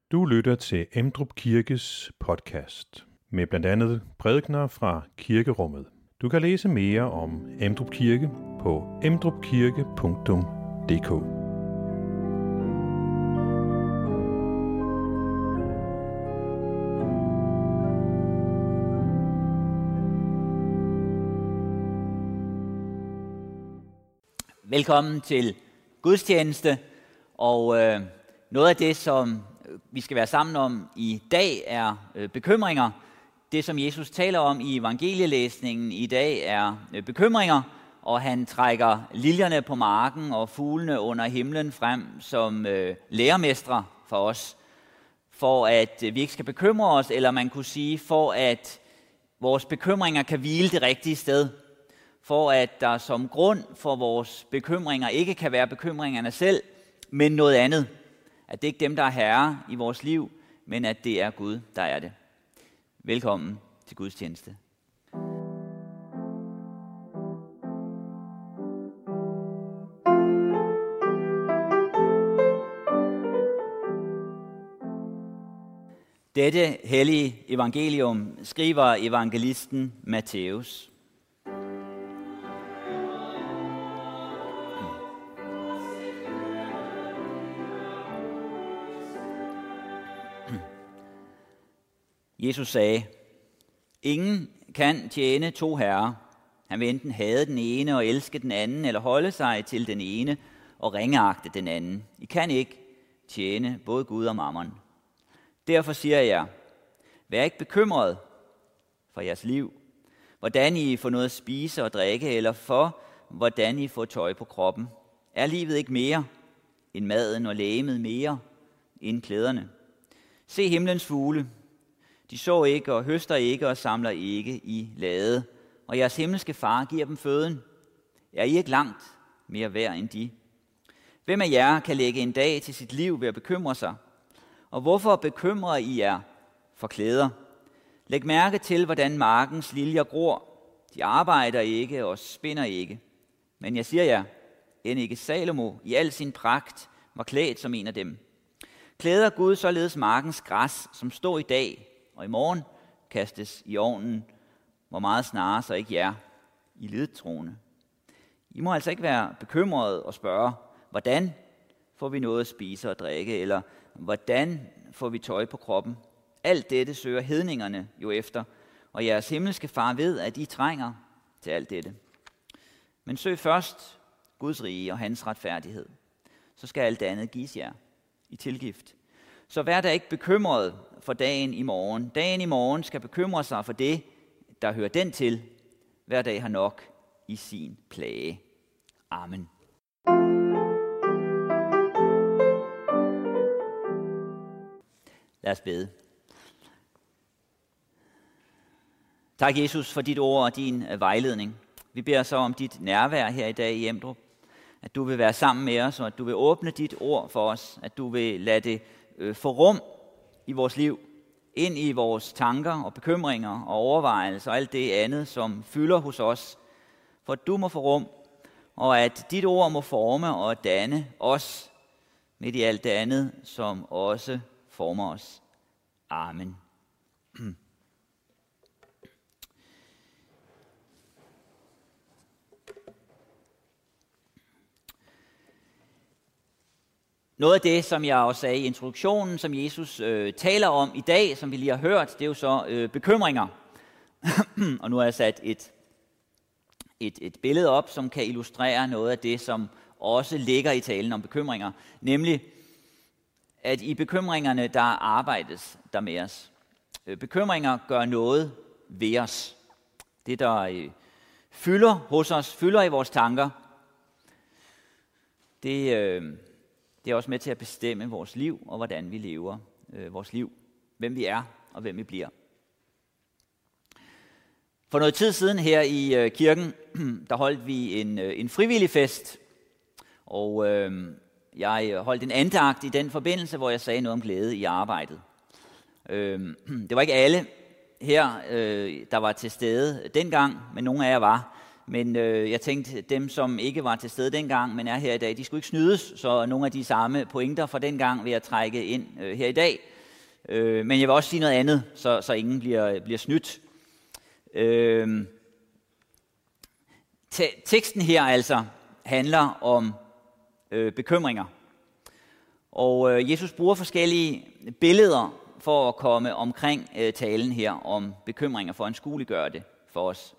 Du lytter til Emdrup Kirkes podcast med blandt andet prædikener fra kirkerummet. Du kan læse mere om Emdrup Kirke på emdrupkirke.dk. Velkommen til gudstjeneste, og noget af det, som vi skal være sammen om i dag, er bekymringer. Det, som Jesus taler om i evangelielæsningen i dag, er bekymringer, og han trækker liljerne på marken og fuglene under himlen frem som læremestre for os, for at vi ikke skal bekymre os, eller man kunne sige, for at vores bekymringer kan hvile det rigtige sted. For at der som grund for vores bekymringer ikke kan være bekymringerne selv, men noget andet. At det ikke er dem, der er herre i vores liv, men at det er Gud, der er det. Velkommen til gudstjeneste. Dette hellige evangelium skriver evangelisten Matthæus. Jesus sagde, ingen kan tjene to herrer. Han vil enten hade den ene og elske den anden, eller holde sig til den ene og ringeagte den anden. I kan ikke tjene både Gud og mammon. Derfor siger jeg, vær ikke bekymret for jeres liv, hvordan I får noget at spise og drikke, eller for hvordan I får tøj på kroppen. Er livet ikke mere end maden, og legemet mere end klæderne? Se himlens fugle. De så ikke og høster ikke og samler ikke i lade, og jeres himmelske far giver dem føden. Er I ikke langt mere værd end de? Hvem af jer kan lægge en dag til sit liv ved at bekymre sig? Og hvorfor bekymrer I jer for klæder? Læg mærke til, hvordan markens liljer gror. De arbejder ikke og spinder ikke. Men jeg siger jer, end ikke Salomo i al sin pragt var klædt som en af dem. Klæder Gud således markens græs, som står i dag, og i morgen kastes i ovnen, hvor meget snarere så ikke jer, I ledtroende. I må altså ikke være bekymrede og spørge, hvordan får vi noget at spise og drikke, eller hvordan får vi tøj på kroppen? Alt dette søger hedningerne jo efter, og jeres himmelske far ved, at I trænger til alt dette. Men søg først Guds rige og hans retfærdighed, så skal alt andet gives jer i tilgift. Så vær da ikke bekymret for dagen i morgen. Dagen i morgen skal bekymre sig for det, der hører den til. Hver dag har nok i sin plage. Amen. Lad os bede. Tak, Jesus, for dit ord og din vejledning. Vi beder så om dit nærvær her i dag i Emdrup. At du vil være sammen med os, og at du vil åbne dit ord for os. At du vil lade det få rum i vores liv, ind i vores tanker og bekymringer og overvejelser og alt det andet, som fylder hos os. For at du må få rum, og at dit ord må forme og danne os midt i alt det andet, som også former os. Amen. Noget af det, som jeg også sagde i introduktionen, som Jesus taler om i dag, som vi lige har hørt, det er jo så bekymringer. Og nu har jeg sat et billede op, som kan illustrere noget af det, som også ligger i talen om bekymringer. Nemlig, at i bekymringerne, der arbejdes der med os. Bekymringer gør noget ved os. Det, der fylder hos os, fylder i vores tanker, det er også med til at bestemme vores liv, og hvordan vi lever vores liv. Hvem vi er, og hvem vi bliver. For noget tid siden her i kirken, der holdt vi en frivillig fest. Og jeg holdt en andagt i den forbindelse, hvor jeg sagde noget om glæde i arbejdet. Det var ikke alle her, der var til stede dengang, men nogle af jer var. Men jeg tænkte, dem som ikke var til stede dengang, men er her i dag, de skulle ikke snydes, så nogle af de samme pointer fra dengang vil jeg trække ind her i dag. Men jeg vil også sige noget andet, så ingen bliver snydt. Teksten her altså handler om bekymringer. Og Jesus bruger forskellige billeder for at komme omkring talen her om bekymringer, for at anskueliggøre det for os.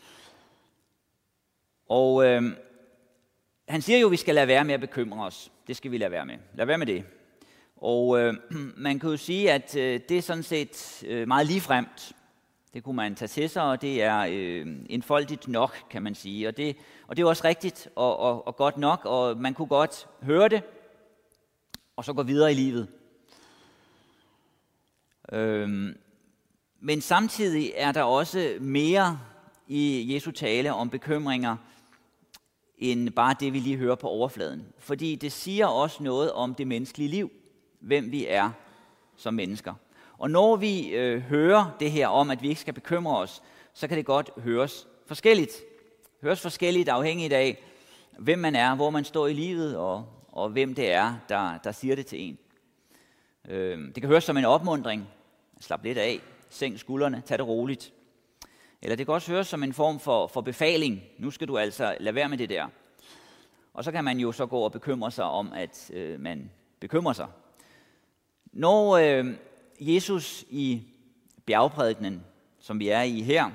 Og han siger jo, at vi skal lade være med at bekymre os. Det skal vi lade være med. Lad være med det. Og man kan jo sige, at det er sådan set meget ligefremt. Det kunne man tage til sig, og det er enfoldigt nok, kan man sige. Og det er jo også rigtigt og godt nok, og man kunne godt høre det, og så gå videre i livet. Men samtidig er der også mere i Jesu tale om bekymringer, end bare det, vi lige hører på overfladen. Fordi det siger også noget om det menneskelige liv, hvem vi er som mennesker. Og når vi hører det her om, at vi ikke skal bekymre os, så kan det godt høres forskelligt. Høres forskelligt afhængigt af, hvem man er, hvor man står i livet, og hvem det er, der siger det til en. Det kan høres som en opmuntring. Slap lidt af, sænk skuldrene, tag det roligt. Eller det kan også høres som en form for befaling. Nu skal du altså lade være med det der. Og så kan man jo så gå og bekymre sig om, at man bekymrer sig. Når Jesus i bjergprædikenen, som vi er i her,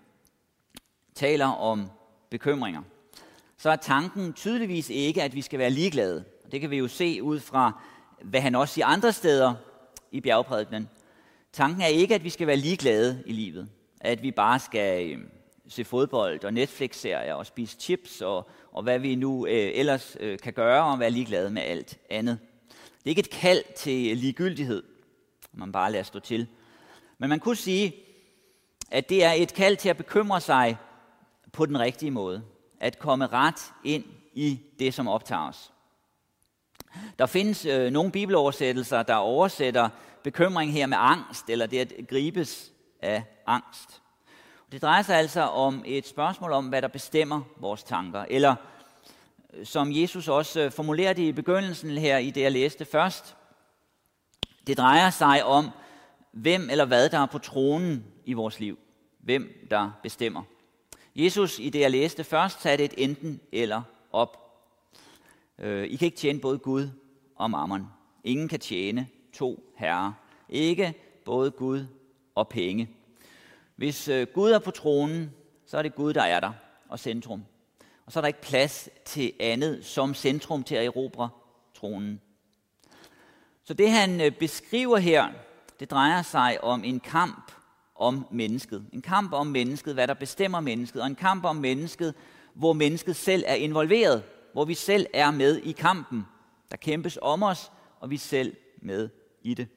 taler om bekymringer, så er tanken tydeligvis ikke, at vi skal være ligeglade. Det kan vi jo se ud fra, hvad han også siger andre steder i bjergprædikenen. Tanken er ikke, at vi skal være ligeglade i livet. At vi bare skal se fodbold og Netflix-serier og spise chips og hvad vi nu ellers kan gøre og være ligeglade med alt andet. Det er ikke et kald til ligegyldighed, man bare lader stå til. Men man kunne sige, at det er et kald til at bekymre sig på den rigtige måde. At komme ret ind i det, som optager os. Der findes nogle bibeloversættelser, der oversætter bekymring her med angst, eller det at gribes af angst. Det drejer sig altså om et spørgsmål om, hvad der bestemmer vores tanker. Eller som Jesus også formulerer det i begyndelsen her i det, jeg læste først. Det drejer sig om, hvem eller hvad der er på tronen i vores liv. Hvem der bestemmer. Jesus i det, jeg læste først, satte et enten eller op. I kan ikke tjene både Gud og mammon. Ingen kan tjene to herrer. Ikke både Gud og penge. Hvis Gud er på tronen, så er det Gud, der er der og centrum. Og så er der ikke plads til andet som centrum til at erobre tronen. Så det han beskriver her, det drejer sig om en kamp om mennesket. En kamp om mennesket, hvad der bestemmer mennesket. Og en kamp om mennesket, hvor mennesket selv er involveret. Hvor vi selv er med i kampen. Der kæmpes om os, og vi er selv med i det.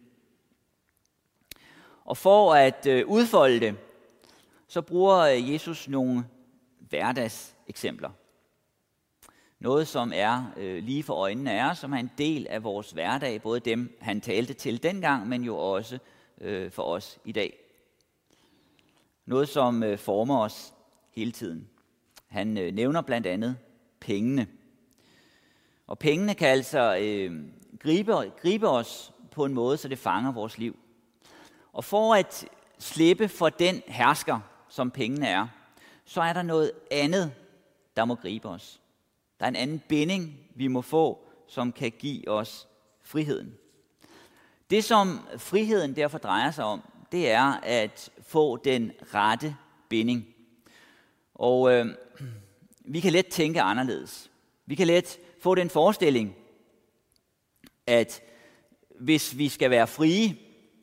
Og for at udfolde det, så bruger Jesus nogle hverdagseksempler. Noget, som er lige for øjnene af os, som er en del af vores hverdag, både dem, han talte til dengang, men jo også for os i dag. Noget, som former os hele tiden. Han nævner blandt andet pengene. Og pengene kan altså gribe os på en måde, så det fanger vores liv. Og for at slippe for den hersker, som pengene er, så er der noget andet, der må gribe os. Der er en anden binding, vi må få, som kan give os friheden. Det, som friheden derfor drejer sig om, det er at få den rette binding. Og vi kan let tænke anderledes. Vi kan let få den forestilling, at hvis vi skal være frie,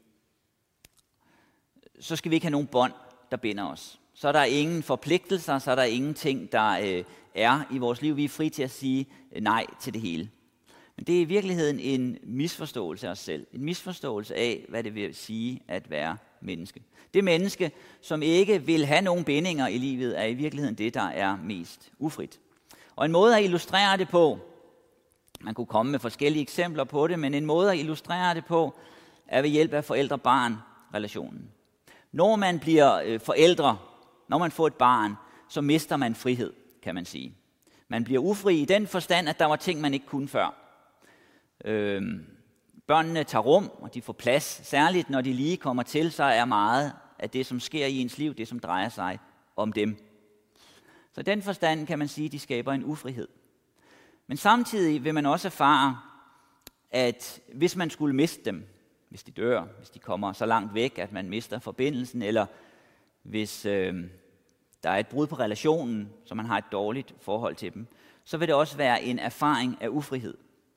så skal vi ikke have nogen bånd, der binder os. Så er der ingen forpligtelser, så er der ingenting, der er i vores liv. Vi er fri til at sige nej til det hele. Men det er i virkeligheden en misforståelse af os selv. En misforståelse af, hvad det vil sige at være menneske. Det menneske, som ikke vil have nogen bindinger i livet, er i virkeligheden det, der er mest ufrit. Og en måde at illustrere det på, man kunne komme med forskellige eksempler på det, men en måde at illustrere det på, er ved hjælp af forældre-barn-relationen. Når man bliver forældre, når man får et barn, så mister man frihed, kan man sige. Man bliver ufri i den forstand, at der var ting, man ikke kunne før. Børnene tager rum, og de får plads. Særligt når de lige kommer til, så er meget af det, som sker i ens liv, det som drejer sig om dem. Så i den forstand kan man sige, at de skaber en ufrihed. Men samtidig vil man også erfare, at hvis man skulle miste dem, hvis de dør, hvis de kommer så langt væk, at man mister forbindelsen, eller hvis der er et brud på relationen, så man har et dårligt forhold til dem, så vil det også være en erfaring af ufrihed.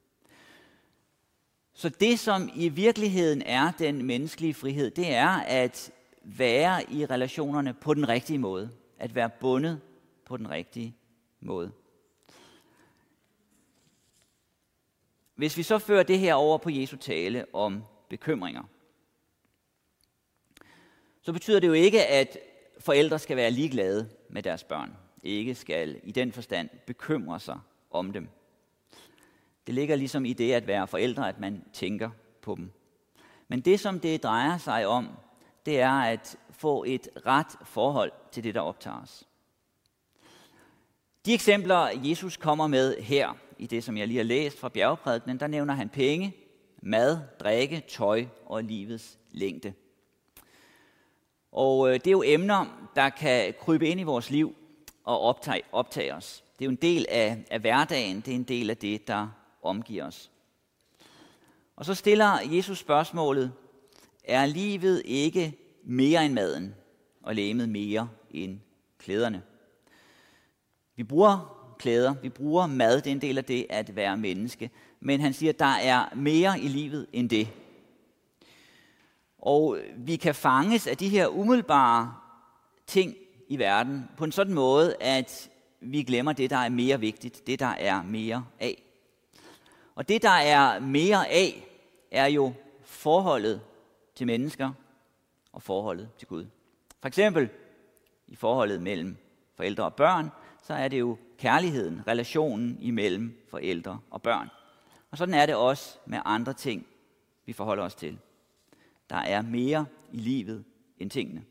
Så det, som i virkeligheden er den menneskelige frihed, det er at være i relationerne på den rigtige måde. At være bundet på den rigtige måde. Hvis vi så fører det her over på Jesu tale om bekymringer, så betyder det jo ikke, at forældre skal være ligeglade med deres børn. Ikke skal i den forstand bekymre sig om dem. Det ligger ligesom i det at være forældre, at man tænker på dem. Men det, som det drejer sig om, det er at få et ret forhold til det, der optager os. De eksempler, Jesus kommer med her, i det, som jeg lige har læst fra bjergprædikenen, der nævner han penge, mad, drikke, tøj og livets længde. Og det er jo emner, der kan krybe ind i vores liv og optage os. Det er jo en del af hverdagen, det er en del af det, der omgiver os. Og så stiller Jesus spørgsmålet, er livet ikke mere end maden, og legemet mere end klæderne? Vi bruger klæder, vi bruger mad, det er en del af det at være menneske, men han siger, at der er mere i livet end det. Og vi kan fanges af de her umiddelbare ting i verden på en sådan måde, at vi glemmer det, der er mere vigtigt, det, der er mere af. Og det, der er mere af, er jo forholdet til mennesker og forholdet til Gud. For eksempel i forholdet mellem forældre og børn, så er det jo kærligheden, relationen imellem forældre og børn. Og sådan er det også med andre ting, vi forholder os til. Der er mere i livet end tingene.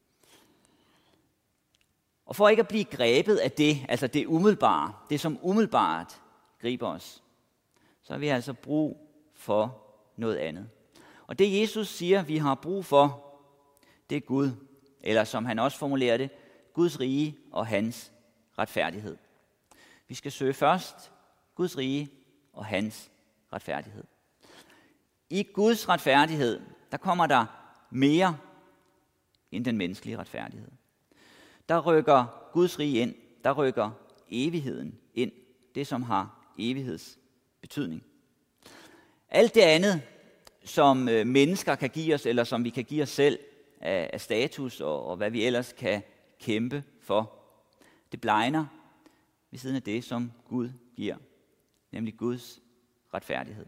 Og for ikke at blive grebet af det, altså det umiddelbare, det som umiddelbart griber os, så har vi altså brug for noget andet. Og det Jesus siger, vi har brug for, det er Gud, eller som han også formulerer det, Guds rige og hans retfærdighed. Vi skal søge først Guds rige og hans retfærdighed. I Guds retfærdighed, der kommer der mere end den menneskelige retfærdighed. Der rykker Guds rige ind, der rykker evigheden ind, det som har evighedsbetydning. Alt det andet, som mennesker kan give os, eller som vi kan give os selv af status og hvad vi ellers kan kæmpe for, det blegner ved siden af det, som Gud giver, nemlig Guds retfærdighed.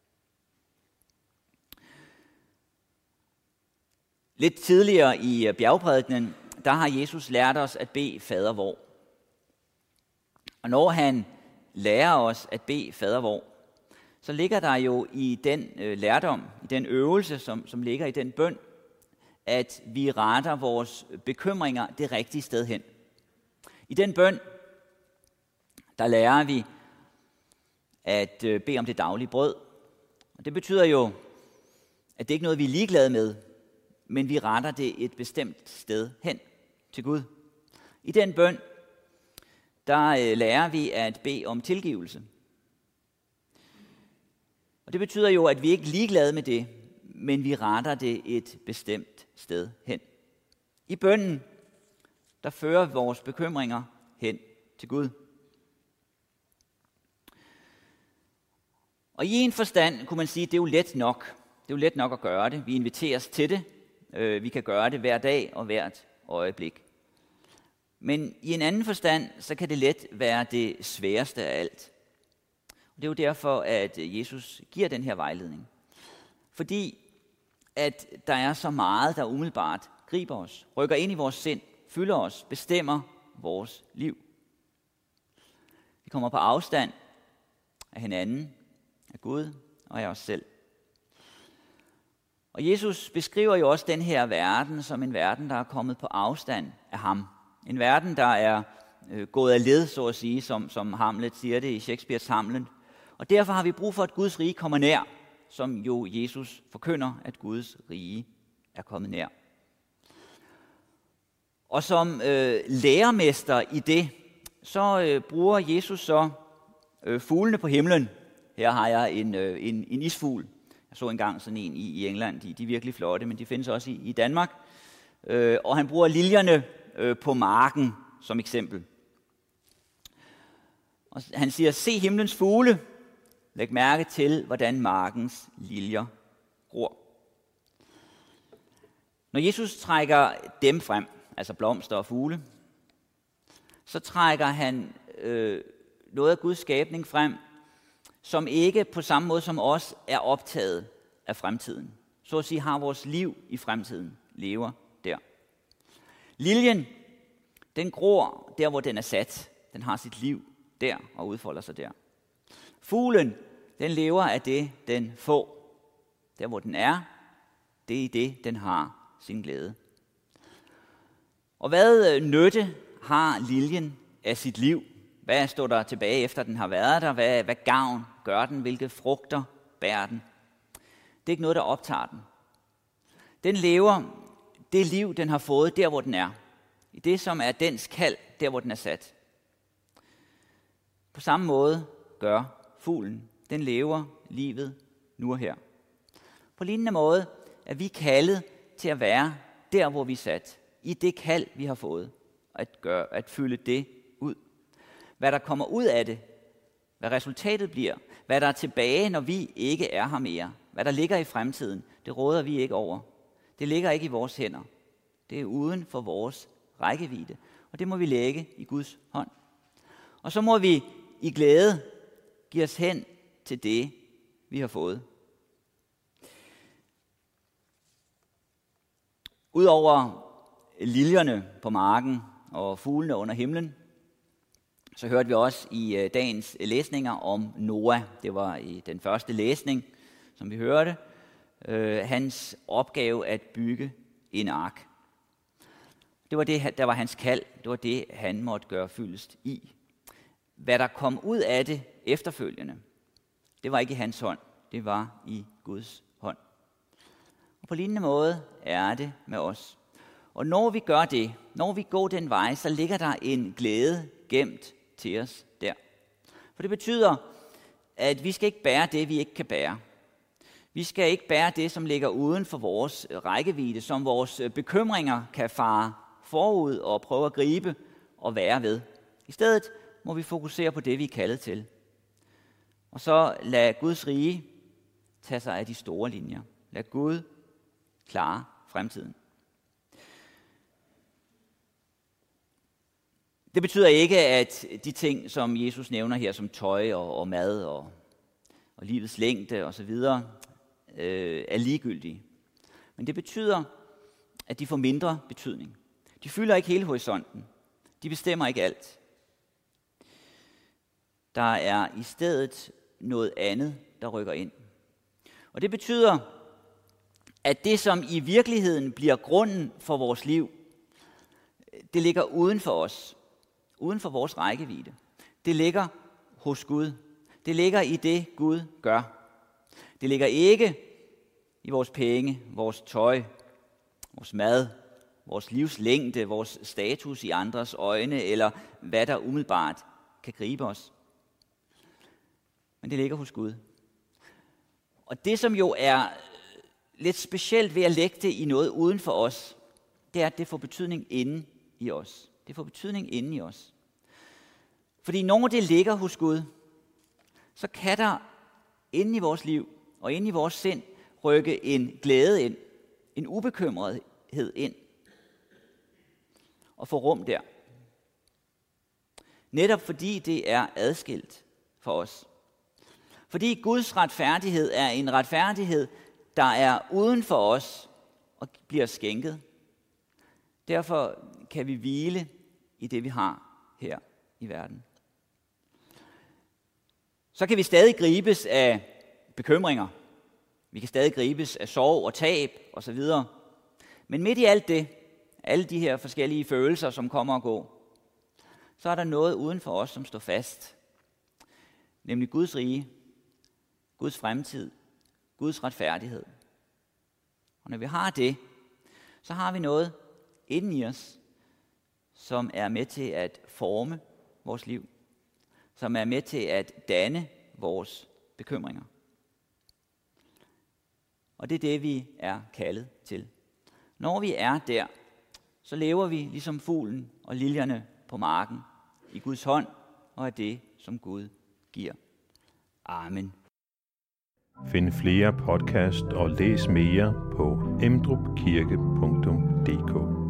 Lidt tidligere i bjergprædikenen, der har Jesus lært os at bede Fader vor. Og når han lærer os at bede Fader vor, så ligger der jo i den lærdom, i den øvelse, som ligger i den bøn, at vi retter vores bekymringer det rigtige sted hen. I den bøn, der lærer vi at bede om det daglige brød. Og det betyder jo, at det ikke er noget, vi er ligeglade med, men vi retter det et bestemt sted hen til Gud. I den bøn, der lærer vi at bede om tilgivelse. Og det betyder jo, at vi ikke er ligeglade med det, men vi retter det et bestemt sted hen. I bønnen, der fører vores bekymringer hen til Gud. Og i en forstand kunne man sige, at det er jo let nok. Det er jo let nok at gøre det. Vi inviteres til det. Vi kan gøre det hver dag og hvert øjeblik. Men i en anden forstand, så kan det let være det sværeste af alt. Det er jo derfor, at Jesus giver den her vejledning. Fordi at der er så meget, der umiddelbart griber os, rykker ind i vores sind, fylder os, bestemmer vores liv. Vi kommer på afstand af hinanden, af Gud og af os selv. Og Jesus beskriver jo også den her verden som en verden, der er kommet på afstand af ham. En verden, der er gået af led, så at sige, som Hamlet siger det i Shakespeares Hamlet. Og derfor har vi brug for, at Guds rige kommer nær. som jo Jesus forkynder, at Guds rige er kommet nær. Og som lærermester i det, så bruger Jesus så fuglene på himlen. Her har jeg en isfugl. Jeg så engang sådan en i England. De er virkelig flotte, men de findes også i Danmark. Og han bruger liljerne på marken som eksempel. Og han siger, se himlens fugle, læg mærke til, hvordan markens liljer gror. Når Jesus trækker dem frem, altså blomster og fugle, så trækker han noget af Guds skabning frem, som ikke på samme måde som os er optaget af fremtiden. Så at sige har vores liv i fremtiden, lever der. Liljen, den gror der, hvor den er sat. Den har sit liv der og udfolder sig der. Fuglen, den lever af det, den får. Der, hvor den er, det er i det, den har sin glæde. Og hvad nytte har liljen af sit liv? Hvad står der tilbage, efter den har været der? Hvad gavn gør den? Hvilke frugter bærer den? Det er ikke noget, der optager den. Den lever det liv, den har fået der, hvor den er. I det, som er dens kald, der, hvor den er sat. På samme måde gør fuglen. Den lever livet nu og her. På lignende måde er vi kaldet til at være der, hvor vi er sat. I det kald, vi har fået. At fylde det ud. Hvad der kommer ud af det, hvad resultatet bliver, hvad der er tilbage, når vi ikke er her mere, hvad der ligger i fremtiden, det råder vi ikke over. Det ligger ikke i vores hænder. Det er uden for vores rækkevidde, og det må vi lægge i Guds hånd. Og så må vi i glæde give os hen til det, vi har fået. Udover liljerne på marken og fuglene under himlen, så hørte vi også i dagens læsninger om Noah. Det var i den første læsning, som vi hørte. Hans opgave at bygge en ark. Det var det, der var hans kald. Det var det, han måtte gøre fyldest i. Hvad der kom ud af det efterfølgende, det var ikke i hans hånd. Det var i Guds hånd. Og på lignende måde er det med os. Og når vi gør det, når vi går den vej, så ligger der en glæde gemt til os der. For det betyder, at vi skal ikke bære det, vi ikke kan bære. Vi skal ikke bære det, som ligger uden for vores rækkevidde, som vores bekymringer kan fare forud og prøve at gribe og være ved. I stedet må vi fokusere på det, vi er kaldet til. Og så lad Guds rige tage sig af de store linjer. Lad Gud klare fremtiden. Det betyder ikke, at de ting, som Jesus nævner her, som tøj og mad og livets længde osv., er ligegyldige. Men det betyder, at de får mindre betydning. De fylder ikke hele horisonten. De bestemmer ikke alt. Der er i stedet noget andet, der rykker ind. Og det betyder, at det, som i virkeligheden bliver grunden for vores liv, det ligger uden for os. Uden for vores rækkevidde. Det ligger hos Gud. Det ligger i det, Gud gør. Det ligger ikke i vores penge, vores tøj, vores mad, vores livslængde, vores status i andres øjne, eller hvad der umiddelbart kan gribe os. Men det ligger hos Gud. Og det, som jo er lidt specielt ved at lægge det i noget uden for os, det er, at det får betydning inde i os. Det får betydning inde i os. Fordi når det ligger hos Gud, så kan der inde i vores liv og inde i vores sind rykke en glæde ind, en ubekymrethed ind og få rum der. Netop fordi det er adskilt for os. Fordi Guds retfærdighed er en retfærdighed, der er uden for os og bliver skænket. Derfor kan vi hvile i det, vi har her i verden. Så kan vi stadig gribes af bekymringer. Vi kan stadig gribes af sorg og tab osv. Men midt i alt det, alle de her forskellige følelser, som kommer og går, så er der noget uden for os, som står fast. Nemlig Guds rige, Guds fremtid, Guds retfærdighed. Og når vi har det, så har vi noget inden i os, som er med til at forme vores liv, som er med til at danne vores bekymringer. Og det er det, vi er kaldet til. Når vi er der, så lever vi ligesom fuglen og liljerne på marken, i Guds hånd og af det, som Gud giver. Amen. Find flere podcast og læs mere på emdrupkirke.dk.